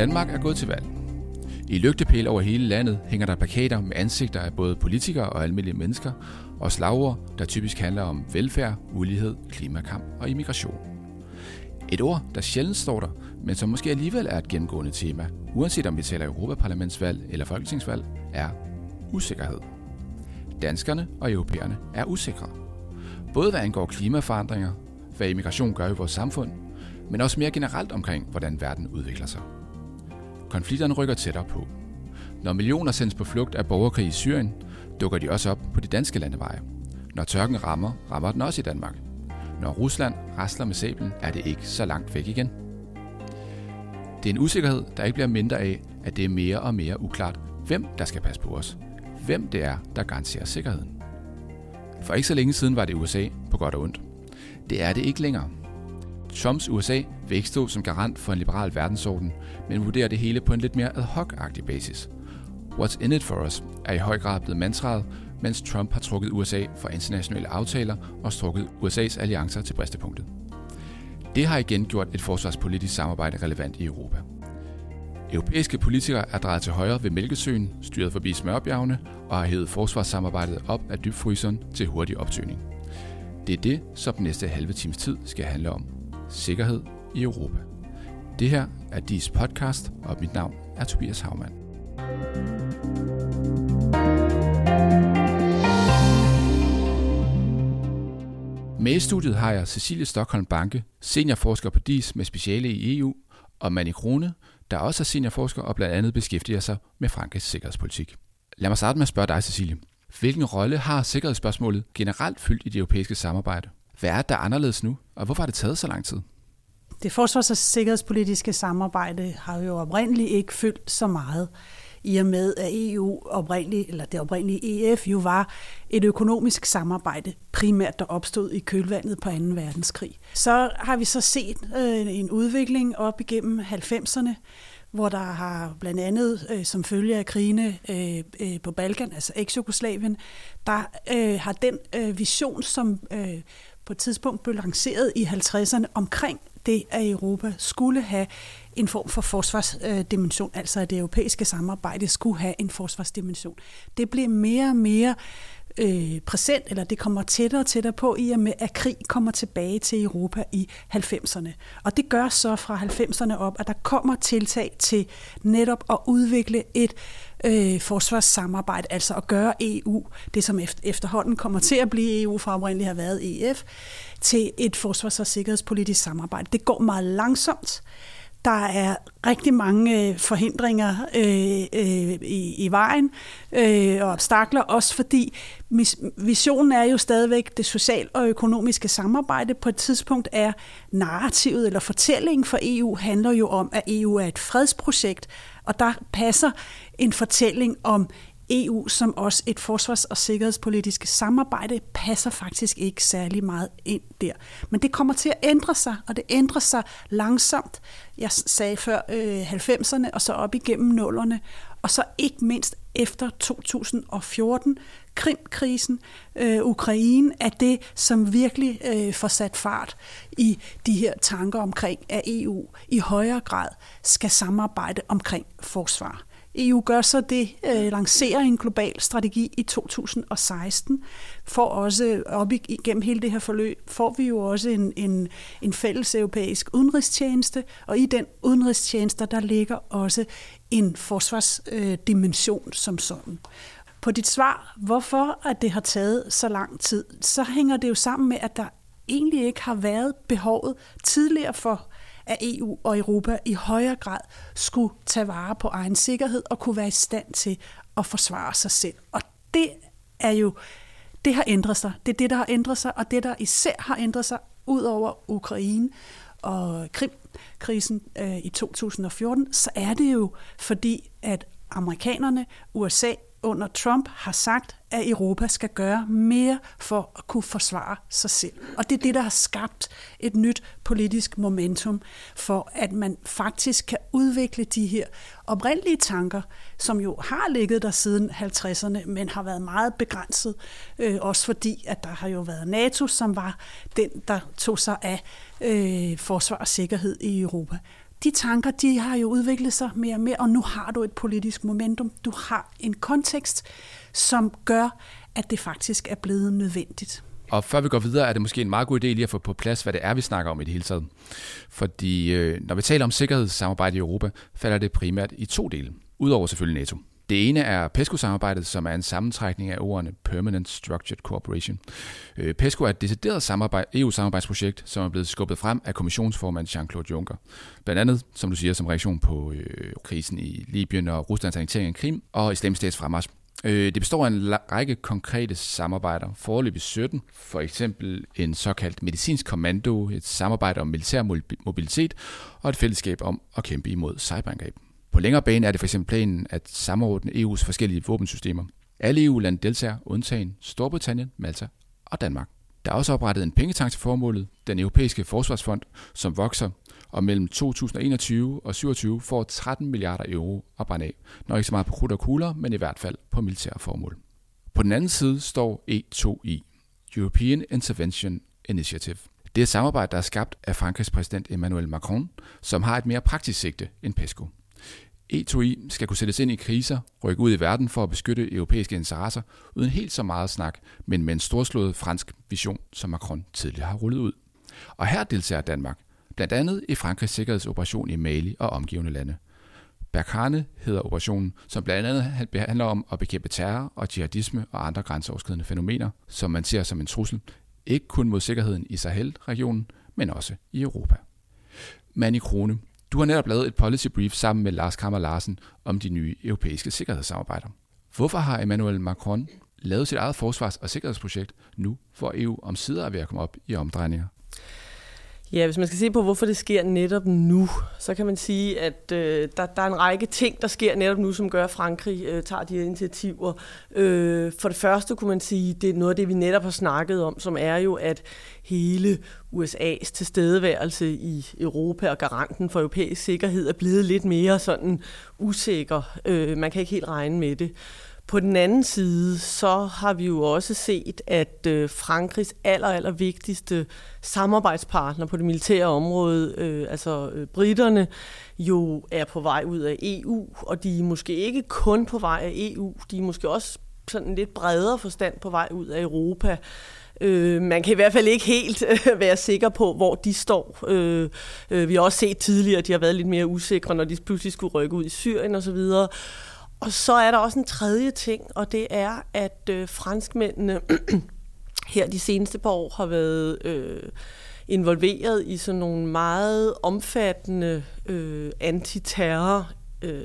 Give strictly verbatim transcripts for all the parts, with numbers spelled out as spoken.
Danmark er gået til valg. I lygtepæle over hele landet hænger der plakater med ansigter af både politikere og almindelige mennesker, og slagord, der typisk handler om velfærd, ulighed, klimakamp og immigration. Et ord, der sjældent står der, men som måske alligevel er et gennemgående tema, uanset om vi taler Europaparlamentsvalg eller folketingsvalg, er usikkerhed. Danskerne og europæerne er usikre. Både hvad angår klimaforandringer, hvad immigration gør i vores samfund, men også mere generelt omkring, hvordan verden udvikler sig. Konflikterne rykker tættere på. Når millioner sendes på flugt af borgerkrig i Syrien, dukker de også op på de danske landeveje. Når tørken rammer, rammer den også i Danmark. Når Rusland rasler med sablen, er det ikke så langt væk igen. Det er en usikkerhed, der ikke bliver mindre af, at det er mere og mere uklart, hvem der skal passe på os. Hvem det er, der garanterer sikkerheden. For ikke så længe siden var det U S A på godt og ondt. Det er det ikke længere. Trumps U S A vil ikke stå som garant for en liberal verdensorden, men vurderer det hele på en lidt mere ad hoc-agtig basis. What's in it for us er i høj grad blevet mantraet, mens Trump har trukket U S A fra internationale aftaler og strukket U S A's alliancer til bristepunktet. Det har igen gjort et forsvarspolitisk samarbejde relevant i Europa. Europæiske politikere er drejet til højre ved Mælkesøen, styret forbi smørbjergene og har hævet forsvarssamarbejdet op af dybfryseren til hurtig optøning. Det er det, som den næste halve times tid skal handle om. Sikkerhed i Europa. Det her er D I S podcast, og mit navn er Tobias Haumann. Med i studiet har jeg Cecilie Stokholm Banke, seniorforsker på D I S med speciale i E U, og Manny Krone, der også er seniorforsker og blandt andet beskæftiger sig med Frankrigs sikkerhedspolitik. Lad mig starte med at spørge dig, Cecilie. Hvilken rolle har sikkerhedsspørgsmålet generelt fyldt i det europæiske samarbejde? Hvad er der anderledes nu, og hvorfor har det taget så lang tid? Det forsvars- og sikkerhedspolitiske samarbejde har jo oprindeligt ikke fyldt så meget, i og med at E U oprindeligt, eller det oprindelige E F jo var et økonomisk samarbejde, primært der opstod i kølvandet på anden verdenskrig. Så har vi så set øh, en udvikling op igennem halvfemserne, hvor der har blandt andet øh, som følge af krigene øh, øh, på Balkan, altså eks-Jugoslavien, der øh, har den øh, vision, som øh, på et tidspunkt blev lanceret i halvtredserne omkring det, at Europa skulle have en form for forsvarsdimension, altså at det europæiske samarbejde skulle have en forsvarsdimension. Det blev mere og mere øh, præsent, eller det kommer tættere og tættere på, i og med at krig kommer tilbage til Europa i halvfemserne. Og det gør så fra halvfemserne op, at der kommer tiltag til netop at udvikle et øh, forsvarssamarbejde, altså at gøre E U, det som efter, efterhånden kommer til at blive E U, fra oprindeligt har været E F, til et forsvars- og sikkerhedspolitisk samarbejde. Det går meget langsomt. Der er rigtig mange forhindringer øh, øh, i, i vejen øh, og obstakler, også fordi visionen er jo stadigvæk det social- og økonomiske samarbejde. På et tidspunkt er narrativet eller fortællingen for E U handler jo om, at E U er et fredsprojekt, og der passer en fortælling om E U som også et forsvars- og sikkerhedspolitisk samarbejde passer faktisk ikke særlig meget ind der. Men det kommer til at ændre sig, og det ændrer sig langsomt. Jeg sagde før øh, halvfemserne, og så op igennem nullerne, og så ikke mindst efter to tusind og fjorten, Krimkrisen, øh, Ukraine, er det, som virkelig øh, får sat fart i de her tanker omkring, at E U i højere grad skal samarbejde omkring forsvar. E U gør så det, øh, lancerer en global strategi i to tusind og seksten, for også op igennem hele det her forløb, får vi jo også en, en, en fælles europæisk udenrigstjeneste, og i den udenrigstjeneste, der ligger også en forsvarsdimension øh, som sådan. På dit svar, hvorfor at det har taget så lang tid, så hænger det jo sammen med, at der egentlig ikke har været behovet tidligere for, at E U og Europa i højere grad skulle tage vare på egen sikkerhed og kunne være i stand til at forsvare sig selv. Og det er jo, det har ændret sig. Det er det, der har ændret sig, og det, der især har ændret sig ud over Ukraine og Krimkrisen øh, i to tusind og fjorten, så er det jo fordi, at amerikanerne, U S A under Trump har sagt, at Europa skal gøre mere for at kunne forsvare sig selv. Og det er det, der har skabt et nyt politisk momentum for, at man faktisk kan udvikle de her oprindelige tanker, som jo har ligget der siden halvtredserne, men har været meget begrænset, øh, også fordi, at der har jo været NATO, som var den, der tog sig af øh, forsvar og sikkerhed i Europa. de tanker, de har jo udviklet sig mere og mere, og nu har du et politisk momentum. Du har en kontekst, som gør, at det faktisk er blevet nødvendigt. Og før vi går videre, er det måske en meget god idé lige at få på plads, hvad det er, vi snakker om i det hele taget. Fordi øh, når vi taler om sikkerhedssamarbejde i Europa, falder det primært i to dele, udover selvfølgelig NATO. Det ene er PESCO-samarbejdet, som er en sammentrækning af ordene Permanent Structured Cooperation. Øh, PESCO er et decideret samarbejde, E U-samarbejdsprojekt, som er blevet skubbet frem af kommissionsformand Jean-Claude Juncker. Blandt andet, som du siger, som reaktion på øh, krisen i Libyen og Ruslands annektering af Krim og Islamisk Stats fremmarch. Det består af en række konkrete samarbejder, foreløbig sytten, for eksempel en såkaldt medicinsk kommando, et samarbejde om militær mobilitet og et fællesskab om at kæmpe imod cyberangreb. På længere bane er det for eksempel planen at samordne E U's forskellige våbensystemer. Alle E U-lande deltager, undtagen Storbritannien, Malta og Danmark. Der er også oprettet en pengetank til formålet, den europæiske forsvarsfond, som vokser og mellem to tusind og enogtyve og syvogtyve får tretten milliarder euro at brænde af. Nok ikke så meget på krudt og kugler, men i hvert fald på militære formål. På den anden side står E to I, European Intervention Initiative. Det er et samarbejde, der er skabt af Frankrigs præsident Emmanuel Macron, som har et mere praktisk sigte end PESCO. E to I skal kunne sættes ind i kriser, rykke ud i verden for at beskytte europæiske interesser, uden helt så meget snak, men med en storslået fransk vision, som Macron tidligere har rullet ud. Og her deltager Danmark, blandt andet i Frankrigs sikkerhedsoperation i Mali og omgivende lande. Barkhane hedder operationen, som blandt andet handler om at bekæmpe terror og jihadisme og andre grænseoverskridende fænomener, som man ser som en trussel, ikke kun mod sikkerheden i Sahel-regionen, men også i Europa. Manny Krone, du har netop lavet et policy brief sammen med Lars Kammer Larsen om de nye europæiske sikkerhedssamarbejder. Hvorfor har Emmanuel Macron lavet sit eget forsvars- og sikkerhedsprojekt nu, hvor E U omsider er ved at komme op i omdrejninger? Ja, hvis man skal se på, hvorfor det sker netop nu, så kan man sige, at øh, der, der er en række ting, der sker netop nu, som gør, at Frankrig øh, tager de her initiativer. Øh, for det første kunne man sige, det er noget af det, vi netop har snakket om, som er jo, at hele U S A's tilstedeværelse i Europa og garanten for europæisk sikkerhed er blevet lidt mere sådan usikker. Øh, man kan ikke helt regne med det. På den anden side, så har vi jo også set, at øh, Frankrigs aller, aller vigtigste samarbejdspartner på det militære område, øh, altså øh, britterne, jo er på vej ud af E U, og de er måske ikke kun på vej af E U, de er måske også sådan lidt bredere forstand på vej ud af Europa. Øh, man kan i hvert fald ikke helt øh, være sikker på, hvor de står. Øh, øh, vi har også set tidligere, at de har været lidt mere usikre, når de pludselig skulle rykke ud i Syrien osv. Og så er der også en tredje ting, og det er, at øh, franskmændene her de seneste par år har været øh, involveret i sådan nogle meget omfattende øh, antiterror øh,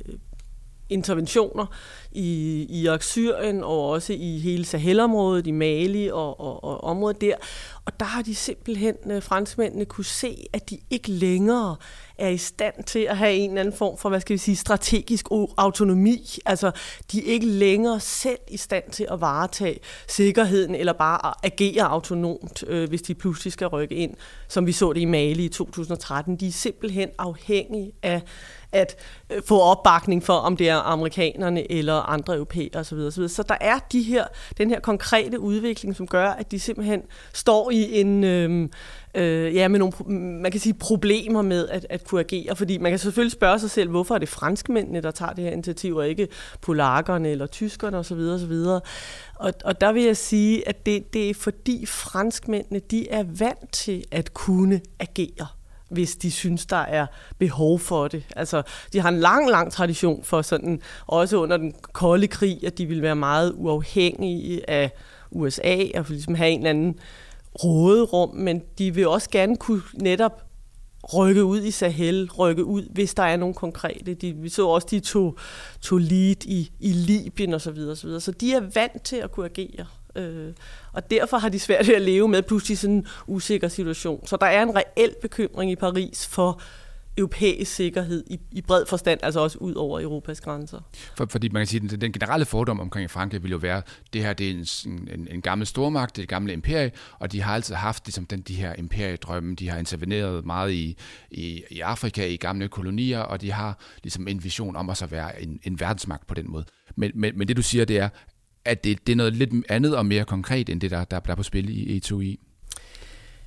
interventioner i Irak, Syrien og også i hele Sahel-området, i Mali og, og, og området der. Og der har de simpelthen, franskmændene, kunne se, at de ikke længere er i stand til at have en eller anden form for, hvad skal vi sige, strategisk autonomi. Altså, de er ikke længere selv i stand til at varetage sikkerheden eller bare at agere autonomt, øh, hvis de pludselig skal rykke ind, som vi så det i Mali i to tusind og tretten. De er simpelthen afhængige af at få opbakning for, om det er amerikanerne eller andre europæere osv. osv. Så der er de her, den her konkrete udvikling, som gør, at de simpelthen står i en, øh, øh, ja, med nogle, man kan sige, problemer med at, at kunne agere. Fordi man kan selvfølgelig spørge sig selv, hvorfor er det franskmændene, der tager det her initiativ, og ikke polakkerne eller tyskerne osv. osv. Og, og der vil jeg sige, at det, det er fordi franskmændene, de er vant til at kunne agere, hvis de synes, der er behov for det. Altså, de har en lang, lang tradition for sådan, også under den kolde krig, at de vil være meget uafhængige af U S A, og ligesom have en eller anden råderum, men de vil også gerne kunne netop rykke ud i Sahel, rykke ud, hvis der er nogle konkrete. De, vi så også, de tog, tog lead i, i Libyen osv. osv. Så de er vant til at kunne agere. Øh, og derfor har de svært ved at leve med pludselig sådan en usikker situation. Så der er en reel bekymring i Paris for europæisk sikkerhed i, i bred forstand, altså også ud over Europas grænser. For, fordi man kan sige, at den, den generelle fordom omkring Frankrig vil jo være, det her det er en, en, en gammel stormagt, det er et gammelt imperie, og de har altid haft ligesom den, de her imperiedrømme, de har interveneret meget i, i, i Afrika, i gamle kolonier, og de har ligesom en vision om at så være en, en verdensmagt på den måde. Men, men, men det du siger, det er, at det, det er noget lidt andet og mere konkret, end det, der, der er på spil i E to I.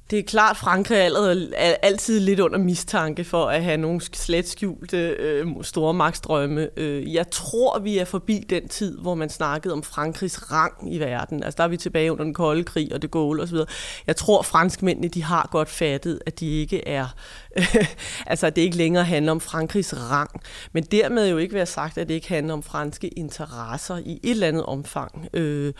Det er klart, Frankrig er allerede, er altid lidt under mistanke for at have nogle slet skjulte øh, store magtstrømme. Øh, jeg tror, vi er forbi den tid, hvor man snakkede om Frankrigs rang i verden. Altså der er vi tilbage under den kolde krig og det Gaulle osv. Jeg tror, franskmændene de har godt fattet, at de ikke er, øh, altså at det ikke længere handler om Frankrigs rang. Men dermed jo ikke være sagt, at det ikke handler om franske interesser i et eller andet omfang. Øh,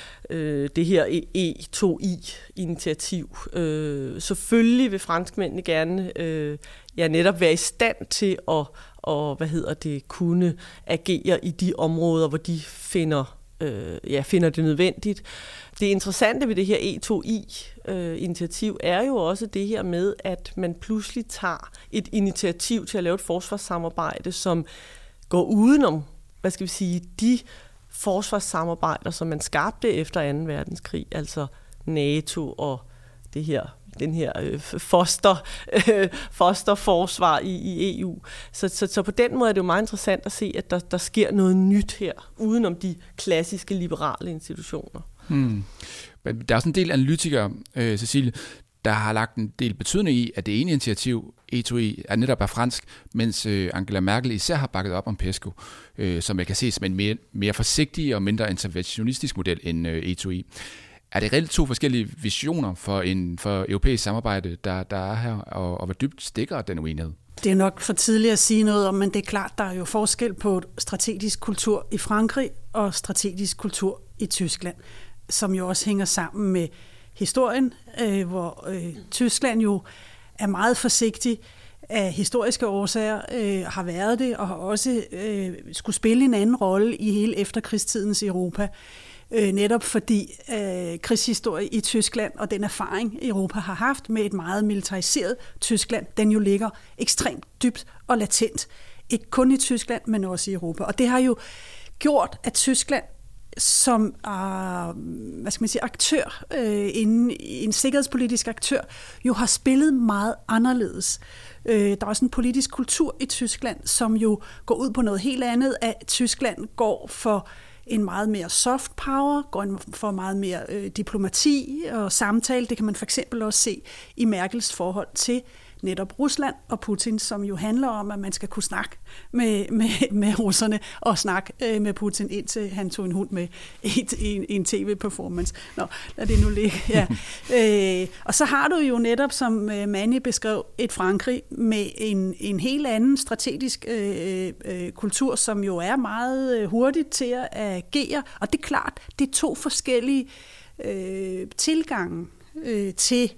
øh, det her E to I-initiativ. Øh, selvfølgelig vil franskmændene gerne øh, ja, netop være i stand til at og, hvad hedder det, kunne agere i de områder, hvor de finder, øh, ja, finder det nødvendigt. Det interessante ved det her E to I-initiativ er jo også det her med, at man pludselig tager et initiativ til at lave et forsvarssamarbejde, som går udenom, hvad skal vi sige, de forsvarssamarbejder, som man skabte efter anden verdenskrig, altså NATO og det her, den her øh, foster, øh, fosterforsvar i, i E U. Så, så, så på den måde er det jo meget interessant at se, at der, der sker noget nyt her, udenom de klassiske liberale institutioner. Hmm. Der er også en del analytikere, øh, Cecilie, der har lagt en del betydning i, at det ene initiativ, E to I, er netop er fransk, mens øh, Angela Merkel især har bakket op om PESCO, øh, som jeg kan se som en mere, mere forsigtig og mindre interventionistisk model end øh, E to I. Er det reelt to forskellige visioner for en for europæisk samarbejde, der, der er her, og, og hvor dybt stikker den uenighed? Det er nok for tidligt at sige noget om, men det er klart, der er jo forskel på strategisk kultur i Frankrig og strategisk kultur i Tyskland, som jo også hænger sammen med historien, øh, hvor øh, Tyskland jo er meget forsigtig af historiske årsager, øh, har været det, og har også øh, skulle spille en anden rolle i hele efterkrigstidens Europa. Øh, netop fordi øh, krigshistorie i Tyskland og den erfaring, Europa har haft med et meget militariseret Tyskland, den jo ligger ekstremt dybt og latent. Ikke kun i Tyskland, men også i Europa. Og det har jo gjort, at Tyskland som uh, hvad skal man sige, aktør, øh, en, en sikkerhedspolitisk aktør, jo har spillet meget anderledes. Øh, der er også en politisk kultur i Tyskland, som jo går ud på noget helt andet, at Tyskland går for en meget mere soft power, går for meget mere øh, diplomati og samtale. Det kan man for eksempel også se i Merkels forhold til netop Rusland og Putin, som jo handler om, at man skal kunne snakke med, med, med russerne og snakke øh, med Putin, indtil han tog en hund med i, i, i en tv-performance. Nå, lad det nu ligge. Ja. øh, og så har du jo netop, som øh, Manny beskrev, et Frankrig med en, en helt anden strategisk øh, øh, kultur, som jo er meget øh, hurtigt til at agere. Og det er klart, det er to forskellige øh, tilgange øh, til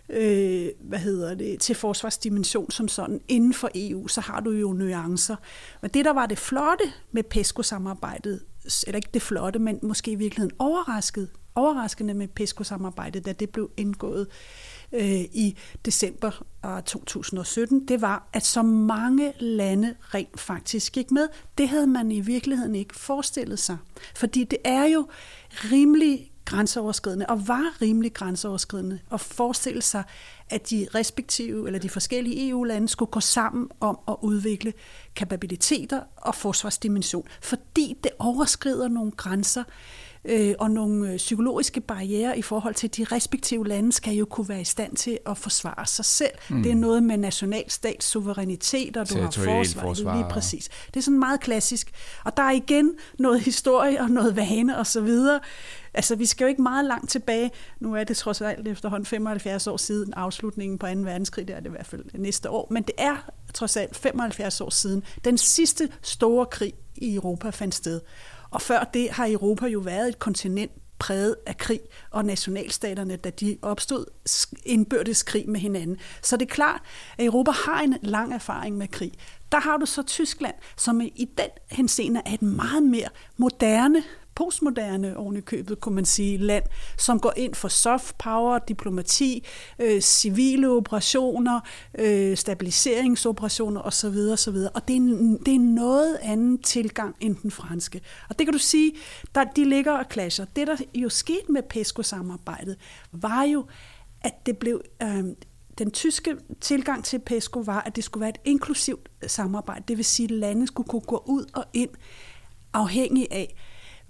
Øh, hvad hedder det, til forsvarsdimension som sådan. Inden for E U, så har du jo nuancer. Men det, der var det flotte med PESCO-samarbejdet, eller ikke det flotte, men måske i virkeligheden overrasket, overraskende med PESCO-samarbejdet, da det blev indgået øh, i december to tusind og sytten, det var, at så mange lande rent faktisk gik med. Det havde man i virkeligheden ikke forestillet sig. Fordi det er jo rimelig grænseoverskridende, og var rimelig grænseoverskridende, at forestille sig, at de respektive, eller de forskellige E U-lande skulle gå sammen om at udvikle kapabiliteter og forsvarsdimension, fordi det overskrider nogle grænser øh, og nogle psykologiske barrierer i forhold til, at de respektive lande skal jo kunne være i stand til at forsvare sig selv. Mm. Det er noget med nationalstats suverænitet, og du har forsvar, forsvar. Lige præcis. Det er sådan meget klassisk. Og der er igen noget historie og noget vane og så videre. Altså, vi skal jo ikke meget langt tilbage. Nu er det trods alt efterhånden femoghalvfjerds år siden afslutningen på anden verdenskrig, det er det i hvert fald næste år, men det er trods alt femoghalvfjerds år siden den sidste store krig i Europa fandt sted. Og før det har Europa jo været et kontinent præget af krig, og nationalstaterne, da de opstod, indbyrdes krig med hinanden. Så det er klart, at Europa har en lang erfaring med krig. Der har du så Tyskland, som i den henseende er et meget mere moderne, postmoderne ovenikøbet, kunne man sige, land, som går ind for soft power, diplomati, øh, civile operationer, øh, stabiliseringsoperationer osv. osv. Og det er, en, det er en noget anden tilgang end den franske. Og det kan du sige, der, de ligger og clasher. Det, der jo skete med PESCO-samarbejdet, var jo, at det blev... Øh, Den tyske tilgang til PESCO var, at det skulle være et inklusivt samarbejde. Det vil sige, at landene skulle kunne gå ud og ind afhængig af,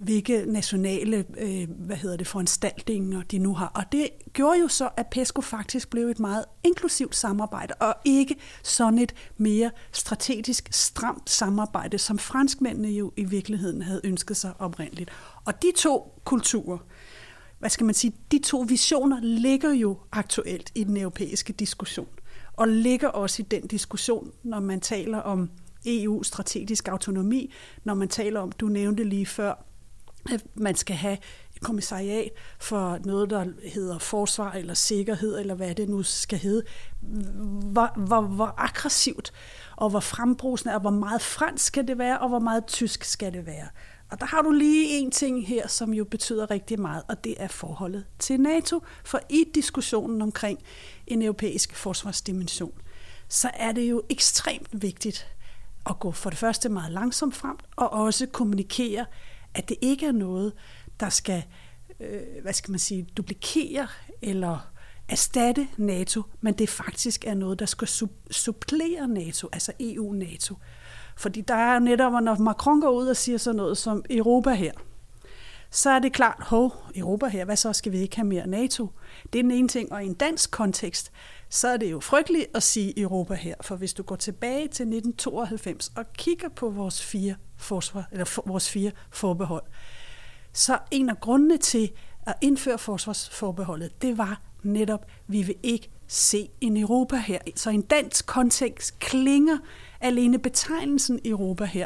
hvilke nationale øh, hvad hedder det, foranstaltninger de nu har. Og det gjorde jo så, at PESCO faktisk blev et meget inklusivt samarbejde, og ikke sådan et mere strategisk stramt samarbejde, som franskmændene jo i virkeligheden havde ønsket sig oprindeligt. Og de to kulturer, hvad skal man sige, de to visioner ligger jo aktuelt i den europæiske diskussion, og ligger også i den diskussion, når man taler om E U strategisk autonomi, når man taler om, du nævnte lige før, at man skal have et kommissariat for noget, der hedder forsvar eller sikkerhed, eller hvad det nu skal hedde. Hvor, hvor, hvor aggressivt og hvor frembrusende, og hvor meget fransk skal det være, og hvor meget tysk skal det være. Og der har du lige en ting her, som jo betyder rigtig meget, og det er forholdet til NATO. For i diskussionen omkring en europæisk forsvarsdimension, så er det jo ekstremt vigtigt at gå for det første meget langsomt frem, og også kommunikere, at det ikke er noget, der skal, øh, hvad skal man sige, duplikere eller erstatte NATO, men det faktisk er noget, der skal supplere NATO, altså E U-NATO. Fordi der er netop, når Macron går ud og siger sådan noget som Europa her, så er det klart, hov, Europa her, hvad så skal vi ikke have mere NATO? Det er den ene ting, og i en dansk kontekst, så er det jo frygteligt at sige Europa her, for hvis du går tilbage til nitten tooghalvfems og kigger på vores fire, forsvar, eller for, vores fire forbehold, så en af grundene til at indføre forsvarsforbeholdet, det var netop, vi vil ikke se en Europa her. Så i en dansk kontekst klinger alene betegnelsen Europa her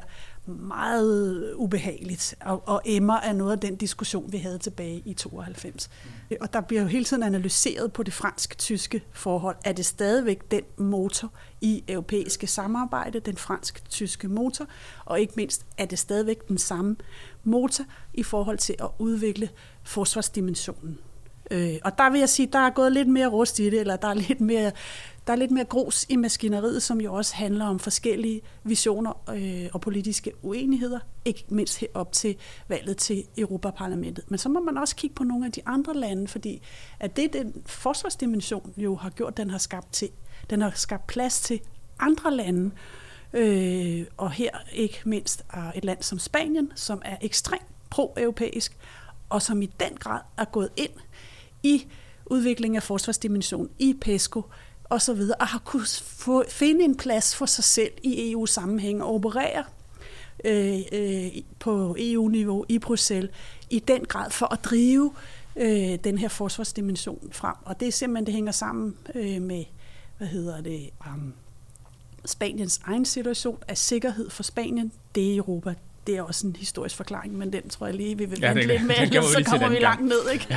meget ubehageligt, og, og emmer af noget af den diskussion, vi havde tilbage i tooghalvfems. Mm. Og der bliver jo hele tiden analyseret på det fransk-tyske forhold. Er det stadigvæk den motor i europæiske samarbejde, den fransk-tyske motor, og ikke mindst er det stadigvæk den samme motor i forhold til at udvikle forsvarsdimensionen. Øh, og der vil jeg sige, der er gået lidt mere rust i det, eller der er lidt mere, der er lidt mere grus i maskineriet, som jo også handler om forskellige visioner øh, og politiske uenigheder, ikke mindst herop til valget til Europaparlamentet. Men så må man også kigge på nogle af de andre lande, fordi at det den forsvarsdimension jo har gjort, den har skabt til, den har skabt plads til andre lande, øh, og her ikke mindst et land som Spanien, som er ekstremt pro-europæisk, og som i den grad er gået ind i udviklingen af forsvarsdimension i PESCO og så videre, og har kunnet få, finde en plads for sig selv i E U-sammenhæng og operere øh, øh, på E U-niveau i Bruxelles i den grad for at drive øh, den her forsvarsdimension frem. Og det er simpelthen, det hænger sammen øh, med, hvad hedder det, um, Spaniens egen situation af sikkerhed for Spanien, det er Europa. Det er også en historisk forklaring, men den tror jeg lige, vi vil vente ja, lidt med, ellers så kommer vi langt ned, ikke?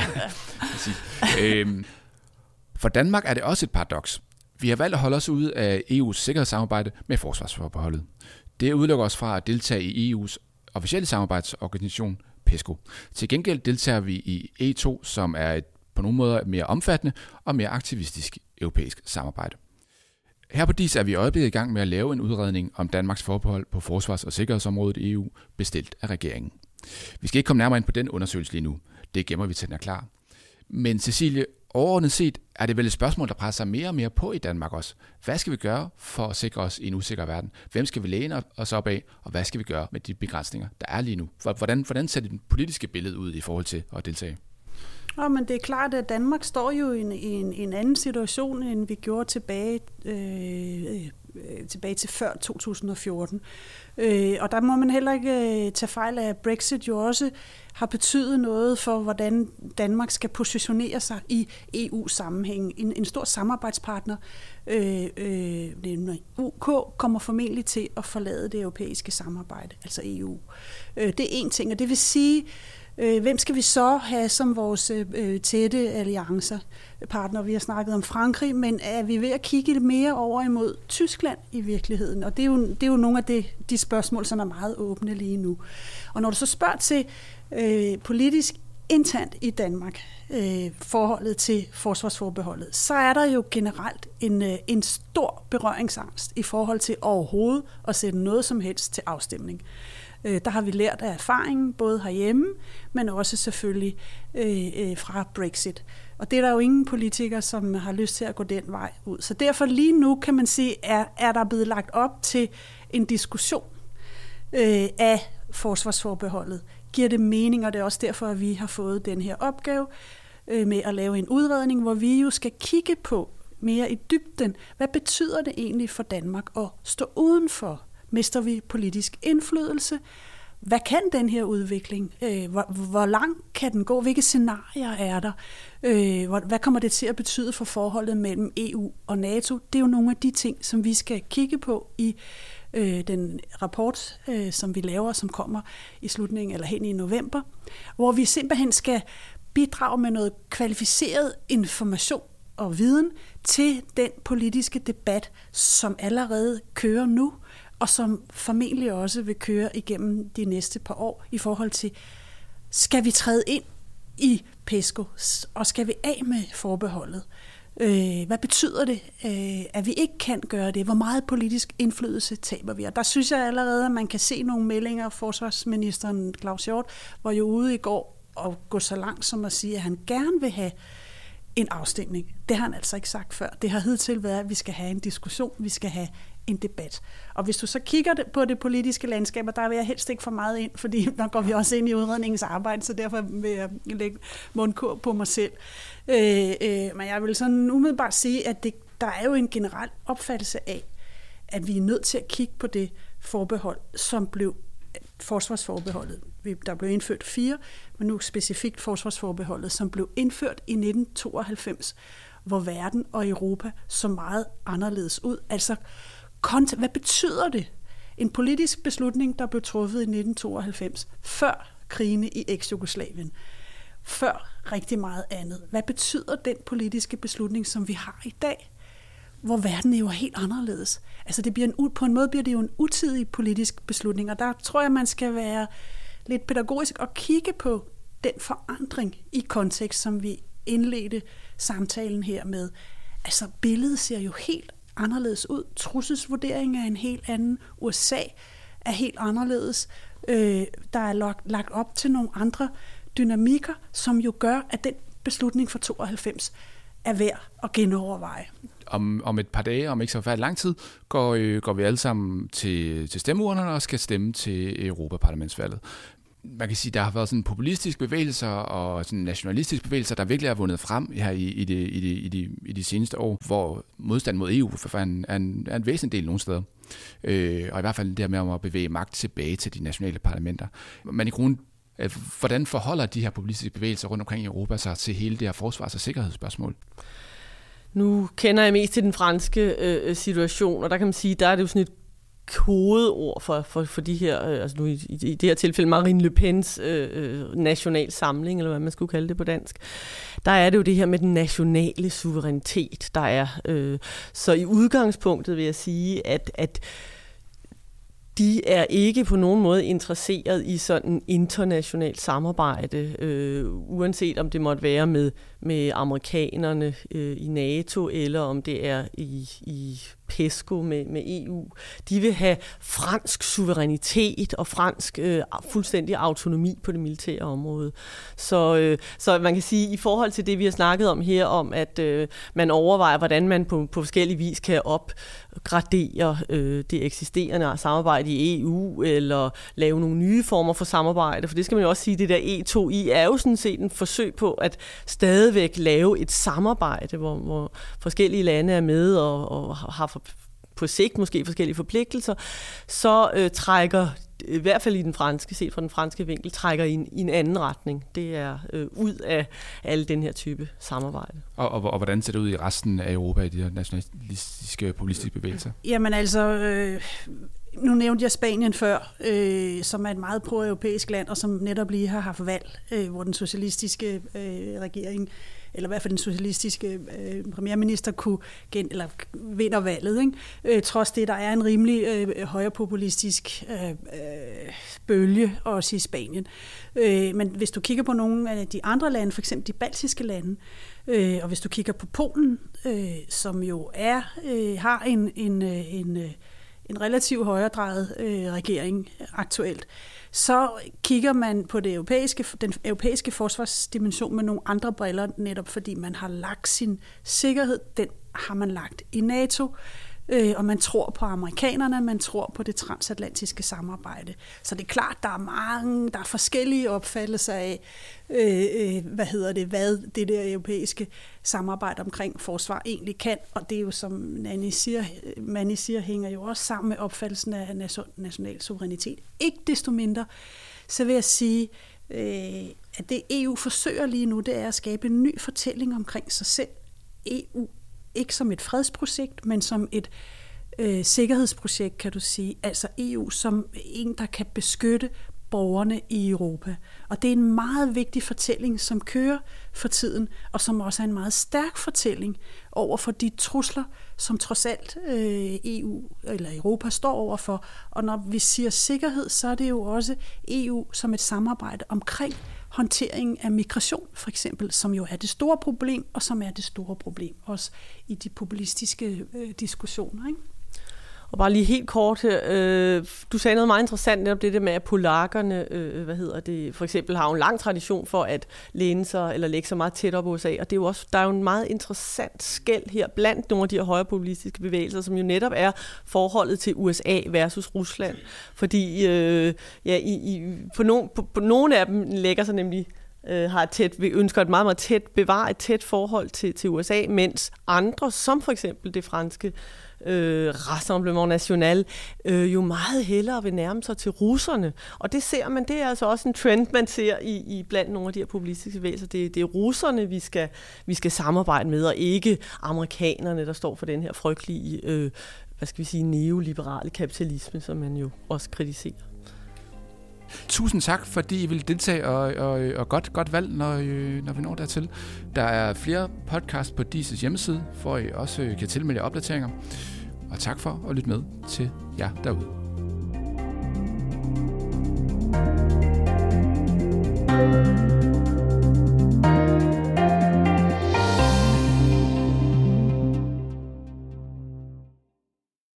Ja, øhm, for Danmark er det også et paradoks. Vi har valgt at holde os ude af E U's sikkerhedssamarbejde med forsvarsforbeholdet. Det udelukker os fra at deltage i E U's officielle samarbejdsorganisation, PESCO. Til gengæld deltager vi i E to, som er et på nogle måder mere omfattende og mere aktivistisk europæisk samarbejde. Her på D I S er vi i øjeblikket i gang med at lave en udredning om Danmarks forbehold på forsvars- og sikkerhedsområdet i E U, bestilt af regeringen. Vi skal ikke komme nærmere ind på den undersøgelse lige nu. Det gemmer vi til den er klar. Men Cecilie, overordnet set er det vel et spørgsmål, der presser mere og mere på i Danmark også. Hvad skal vi gøre for at sikre os i en usikker verden? Hvem skal vi læne os op af, og hvad skal vi gøre med de begrænsninger, der er lige nu? Hvordan, hvordan ser det den politiske billede ud i forhold til at deltage? Ja, men det er klart, at Danmark står jo i en, i en, en anden situation, end vi gjorde tilbage, øh, øh, tilbage til før to tusind og fjorten. Øh, og der må man heller ikke øh, tage fejl af, at Brexit jo også har betydet noget for, hvordan Danmark skal positionere sig i E U-sammenhæng. En, en stor samarbejdspartner, øh, øh, U K, kommer formentlig til at forlade det europæiske samarbejde, altså E U. Øh, det er en ting, og det vil sige, hvem skal vi så have som vores øh, tætte alliancer, partner? Vi har snakket om Frankrig, men er vi ved at kigge lidt mere over imod Tyskland i virkeligheden? Og det er jo, det er jo nogle af de, de spørgsmål, som er meget åbne lige nu. Og når du så spørger til øh, politisk internt i Danmark, øh, forholdet til forsvarsforbeholdet, så er der jo generelt en, øh, en stor berøringsangst i forhold til overhovedet at sætte noget som helst til afstemning. Der har vi lært af erfaringen, både herhjemme, men også selvfølgelig øh, fra Brexit. Og det er der jo ingen politikere, som har lyst til at gå den vej ud. Så derfor lige nu kan man sige, er, er der blevet lagt op til en diskussion øh, af forsvarsforbeholdet, giver det mening, og det er også derfor, at vi har fået den her opgave øh, med at lave en udredning, hvor vi jo skal kigge på mere i dybden, hvad betyder det egentlig for Danmark at stå udenfor? Mister vi politisk indflydelse? Hvad kan den her udvikling? Hvor, hvor langt kan den gå? Hvilke scenarier er der? Hvad kommer det til at betyde for forholdet mellem E U og NATO? Det er jo nogle af de ting, som vi skal kigge på i den rapport, som vi laver, som kommer i slutningen eller hen i november, hvor vi simpelthen skal bidrage med noget kvalificeret information og viden til den politiske debat, som allerede kører nu, og som formentlig også vil køre igennem de næste par år i forhold til, skal vi træde ind i PESCO, og skal vi af med forbeholdet? Hvad betyder det, at vi ikke kan gøre det? Hvor meget politisk indflydelse taber vi? Og der synes jeg allerede, at man kan se nogle meldinger. Forsvarsministeren Claus Hjort var jo ude i går og gå så langt som at sige, at han gerne vil have en afstemning. Det har han altså ikke sagt før. Det har hidtil været, at vi skal have en diskussion, vi skal have en debat. Og hvis du så kigger på det politiske landskab, og der vil jeg helst ikke for meget ind, fordi der går vi også ind i udredningens arbejde, så derfor vil jeg lægge mundkur på mig selv. Øh, øh, men jeg vil sådan umiddelbart sige, at det, der er jo en generel opfattelse af, at vi er nødt til at kigge på det forbehold, som blev forsvarsforbeholdet. Der blev indført fire, men nu specifikt forsvarsforbeholdet, som blev indført i nitten tooghalvfems, hvor verden og Europa så meget anderledes ud. Altså, hvad betyder det? En politisk beslutning, der blev truffet i nitten tooghalvfems, før krigene i eks-Jugoslavien, før rigtig meget andet. Hvad betyder den politiske beslutning, som vi har i dag, hvor verden er jo helt anderledes? Altså det bliver en, på en måde bliver det jo en utidig politisk beslutning, og der tror jeg, man skal være lidt pædagogisk og kigge på den forandring i kontekst, som vi indledte samtalen her med. Altså billedet ser jo helt anderledes ud. Trusselsvurderingen er en helt anden. U S A er helt anderledes. Øh, der er lagt, lagt op til nogle andre dynamikker, som jo gør, at den beslutning fra tooghalvfems er værd at genoverveje. Om, om et par dage, om ikke så færdig lang tid, går, øh, går vi alle sammen til, til stemmeurnerne og skal stemme til Europaparlamentsvalget. Man kan sige, at der har været sådan populistiske bevægelser og sådan nationalistiske bevægelser, der virkelig har vundet frem her i, i, det, i, det, i, de, i de seneste år, hvor modstand mod E U er en, er en, er en væsentlig del nogle steder. Øh, og i hvert fald det der med at bevæge magt tilbage til de nationale parlamenter. Men i grunden, hvordan forholder de her populistiske bevægelser rundt omkring i Europa sig til hele det her forsvars- og sikkerhedsspørgsmål? Nu kender jeg mest til den franske øh, situation, og der kan man sige, der er det jo sådan et kodeord for, for, for de her, øh, altså nu i, i det her tilfælde Marine Le Pens øh, national samling, eller hvad man skulle kalde det på dansk. Der er det jo det her med den nationale suverænitet, der er. Øh, så i udgangspunktet vil jeg sige, at, at de er ikke på nogen måde interesseret i sådan internationalt samarbejde, øh, uanset om det måtte være med, med amerikanerne øh, i NATO, eller om det er i, i PESCO med, med E U. De vil have fransk suverænitet og fransk øh, fuldstændig autonomi på det militære område. Så, øh, så man kan sige, i forhold til det, vi har snakket om her, om at øh, man overvejer, hvordan man på, på forskellige vis kan opgradere øh, det eksisterende samarbejde i E U, eller lave nogle nye former for samarbejde, for det skal man jo også sige, det der E to I er jo sådan set en forsøg på at stadigvæk lave et samarbejde, hvor, hvor forskellige lande er med og, og har for, på sigt måske forskellige forpligtelser, så øh, trækker, i hvert fald i den franske, set fra den franske vinkel, trækker i en, i en anden retning. Det er øh, ud af alle den her type samarbejde. Og, og, og hvordan ser det ud i resten af Europa, i de her nationalistiske populistiske bevægelser? Jamen altså, øh, nu nævnte jeg Spanien før, øh, som er et meget pro-europæisk land, og som netop lige har haft valg, øh, hvor den socialistiske øh, regering, eller i hvert fald den socialistiske øh, premierminister, kunne gen, eller vinder valget. Ikke? Øh, trods det, der er en rimelig øh, højrepopulistisk øh, øh, bølge, også i Spanien. Øh, men hvis du kigger på nogle af de andre lande, for eksempel de baltiske lande, øh, og hvis du kigger på Polen, øh, som jo er øh, har en, en, en, en relativt højredrejet øh, regering aktuelt, så kigger man på det europæiske, den europæiske forsvarsdimension med nogle andre briller, netop fordi man har lagt sin sikkerhed, den har man lagt i NATO. øh, og man tror på amerikanerne, man tror på det transatlantiske samarbejde. Så det er klart, der er mange, der er forskellige opfattelser af, øh, hvad hedder det, hvad det der europæiske samarbejde omkring forsvar egentlig kan, og det er jo, som Nanny siger, Manny siger, hænger jo også sammen med opfattelsen af national suverænitet. Ikke desto mindre, så vil jeg sige, øh, at det E U forsøger lige nu, det er at skabe en ny fortælling omkring sig selv. E U ikke som et fredsprojekt, men som et øh, sikkerhedsprojekt, kan du sige. Altså E U som en, der kan beskytte borgerne i Europa. Og det er en meget vigtig fortælling, som kører for tiden, og som også er en meget stærk fortælling over for de trusler, som trods alt øh, E U eller Europa står overfor. Og når vi siger sikkerhed, så er det jo også E U som et samarbejde omkring håndteringen af migration, for eksempel, som jo er det store problem, og som er det store problem også i de populistiske øh, diskussioner, ikke? Og bare lige helt kort, øh, du sagde noget meget interessant, netop det der med, at polakkerne, øh, hvad hedder det, for eksempel har en lang tradition for at læne sig, eller lægge sig meget tæt op på U S A, og det er jo også, der er jo en meget interessant skel her blandt nogle af de her højrepopulistiske bevægelser, som jo netop er forholdet til U S A versus Rusland. Fordi øh, ja, i, i, på, no, på, på nogle af dem lægger sig nemlig øh, har et tæt, vi ønsker et meget, meget tæt, bevare et tæt forhold til, til U S A, mens andre, som for eksempel det franske øh, Rassemblement National, øh, jo meget hellere vil nærme sig til russerne. Og det ser man, det er altså også en trend, man ser i, i blandt nogle af de her populistiske bevægelser. Det, det er russerne, vi skal, vi skal samarbejde med, og ikke amerikanerne, der står for den her frygtelige, øh, hvad skal vi sige, neoliberale kapitalisme, som man jo også kritiserer. Tusind tak, fordi I vil deltage, og, og, og godt, godt valg, når, når vi når dertil. Der er flere podcasts på D I S's hjemmeside, hvor I også kan tilmelde opdateringer. Og tak for at lytte med til jer derude.